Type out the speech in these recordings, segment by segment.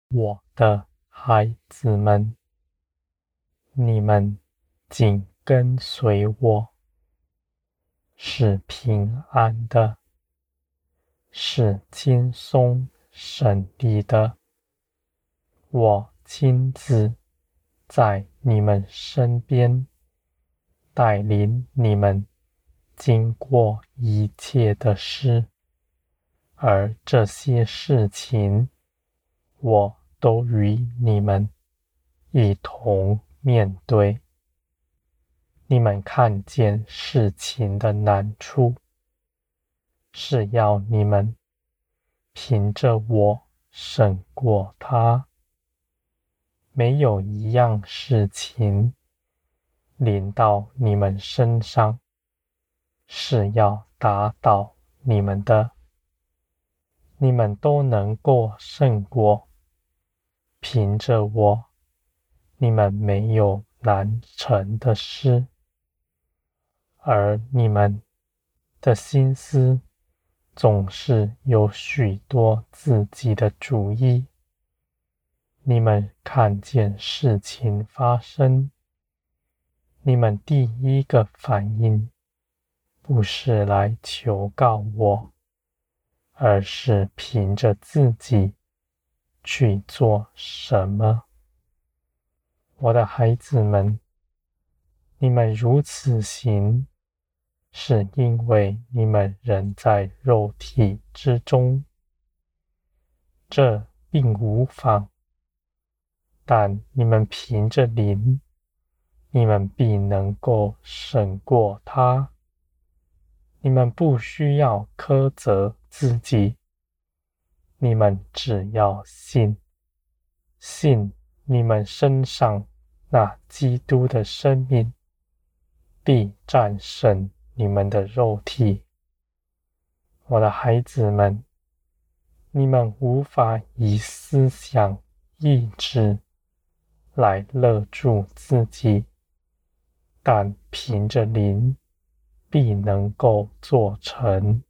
我的孩子们，你们紧跟随我，是平安的，是轻松省力的。我亲自在你们身边，带领你们经过一切的事，而这些事情，我都与你们一同面对。你们看见事情的难处，是要你们凭着我胜过它。没有一样事情临到你们身上，是要打倒你们的。你们都能够胜过，凭着我，你们没有难成的事。而你们的心思总是有许多自己的主意。你们看见事情发生，你们第一个反应不是来求告我，而是凭着自己去做什么。我的孩子们，你们如此行，是因为你们仍在肉体之中，这并无妨。但你们凭着灵，你们必能够胜过他。你们不需要苛责自己，你们只要信你们身上那基督的生命必战胜你们的肉体。我的孩子们，你们无法以思想、意志来勒住自己，但凭着灵必能够做成。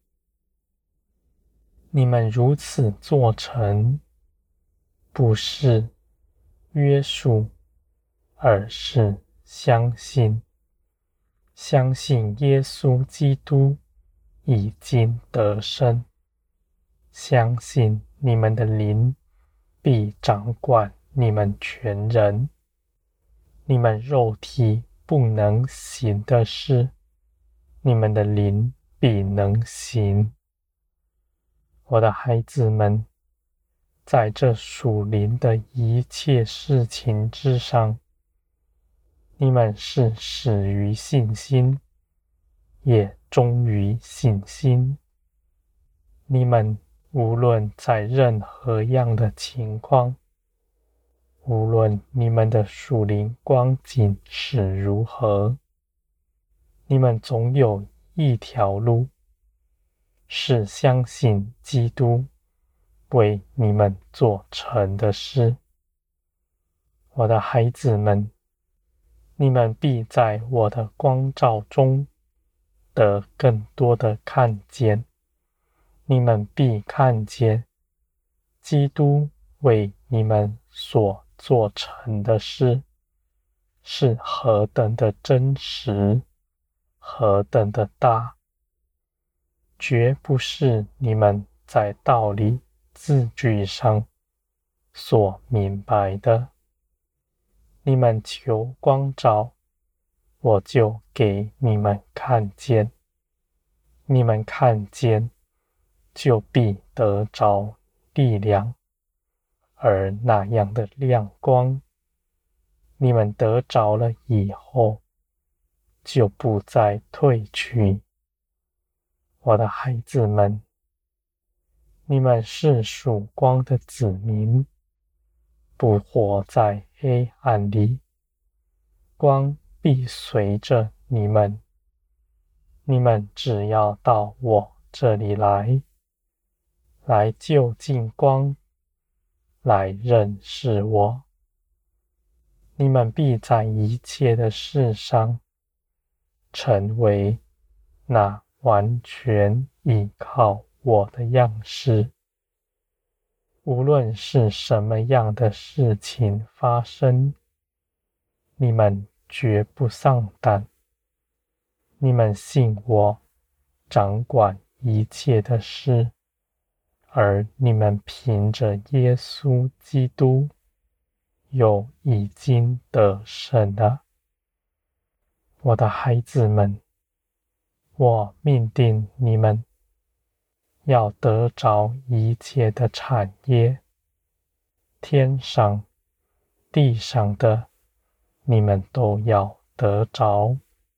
你们如此做成，不是约束，而是相信。相信耶稣基督已经得胜，相信你们的灵必掌管你们全人。你们肉体不能行的事，你们的灵必能行。我的孩子们，在这属灵的一切事情之上，你们是始于信心，也忠于信心。你们无论在任何样的情况，无论你们的属灵光景是如何，你们总有一条路，是相信基督为你们做成的事。我的孩子们，你们必在我的光照中得更多的看见。你们必看见基督为你们所做成的事是何等的真实，何等的大，绝不是你们在道理字句上所明白的。你们求光照，我就给你们看见。你们看见，就必得着力量，而那样的亮光，你们得着了以后，就不再退去。我的孩子们，你们是属光的子民，不活在黑暗里，光必随着你们。你们只要到我这里来就近光，来认识我。你们必在一切的事上成为那完全依靠我的样式。 无论是什么样的事情发生，你们绝不丧胆。你们信我掌管一切的事，而你们凭着耶稣基督又已经得胜了。我的孩子们，我命定你们要得着一切的产业，天上、地上的，你们都要得着。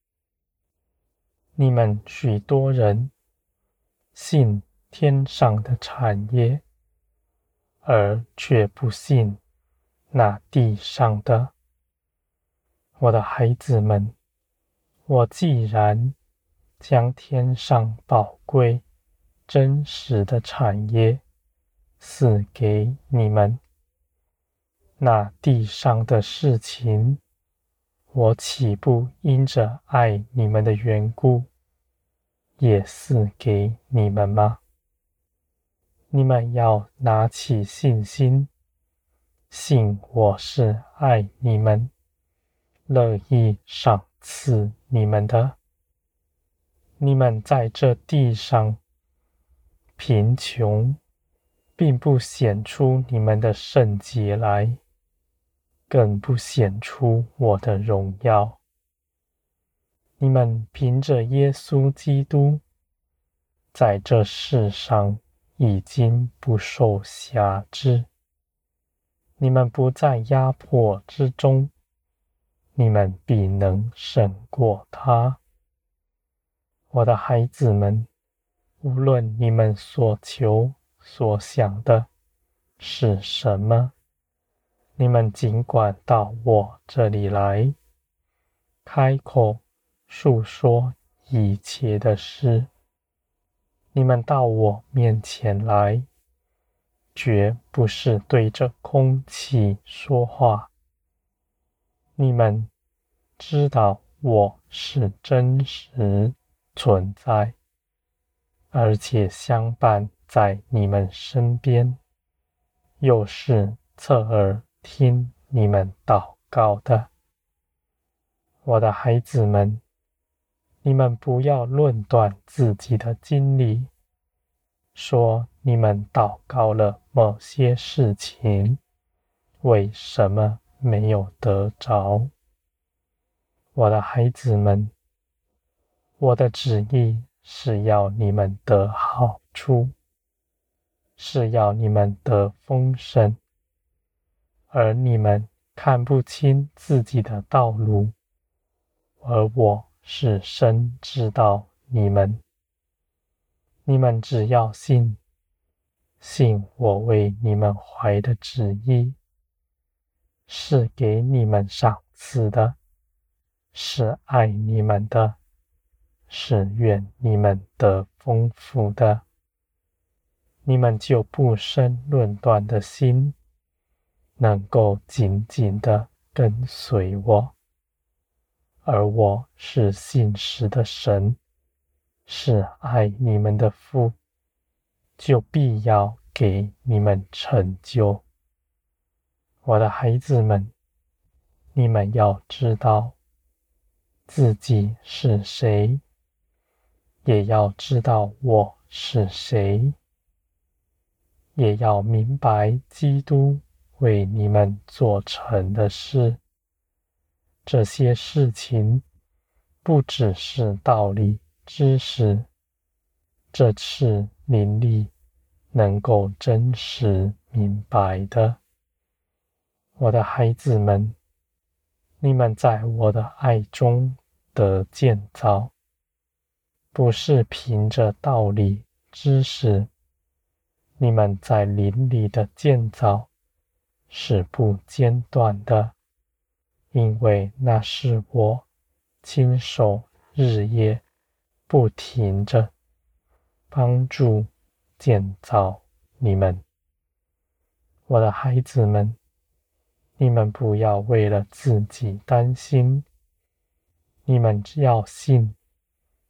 你们许多人信天上的产业，而却不信那地上的。我的孩子们，我既然将天上宝贵真实的产业赐给你们，那地上的事情，我岂不因着爱你们的缘故，也赐给你们吗？你们要拿起信心，信我是爱你们，乐意赏赐你们的。你们在这地上贫穷，并不显出你们的圣洁来，更不显出我的荣耀。你们凭着耶稣基督，在这世上已经不受辖制，你们不在压迫之中，你们必能胜过他。我的孩子们，无论你们所求所想的是什么，你们尽管到我这里来，开口述说一切的事。你们到我面前来，绝不是对着空气说话。你们知道我是真实存在，而且相伴在你们身边，又是侧耳听你们祷告的。我的孩子们，你们不要论断自己的经历，说你们祷告了某些事情，为什么没有得着？我的孩子们，我的旨意是要你们得好处，是要你们得丰盛，而你们看不清自己的道路，而我是深知道你们。你们只要信我为你们怀的旨意，是给你们赏赐的，是爱你们的，是愿你们得丰富的。你们就不生论断的心，能够紧紧地跟随我。而我是信实的神，是爱你们的父，就必要给你们成就。我的孩子们，你们要知道自己是谁，也要知道我是谁，也要明白基督为你们做成的事。这些事情不只是道理知识，这是灵力能够真实明白的。我的孩子们，你们在我的爱中得建造，不是凭着道理知识。你们在灵里的建造是不间断的，因为那是我亲手日夜不停着帮助建造你们。我的孩子们，你们不要为了自己担心，你们只要信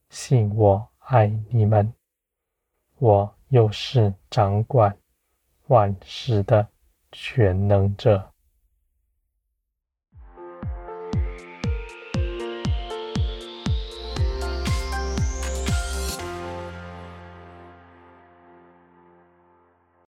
我爱你们，我又是掌管万事的全能者。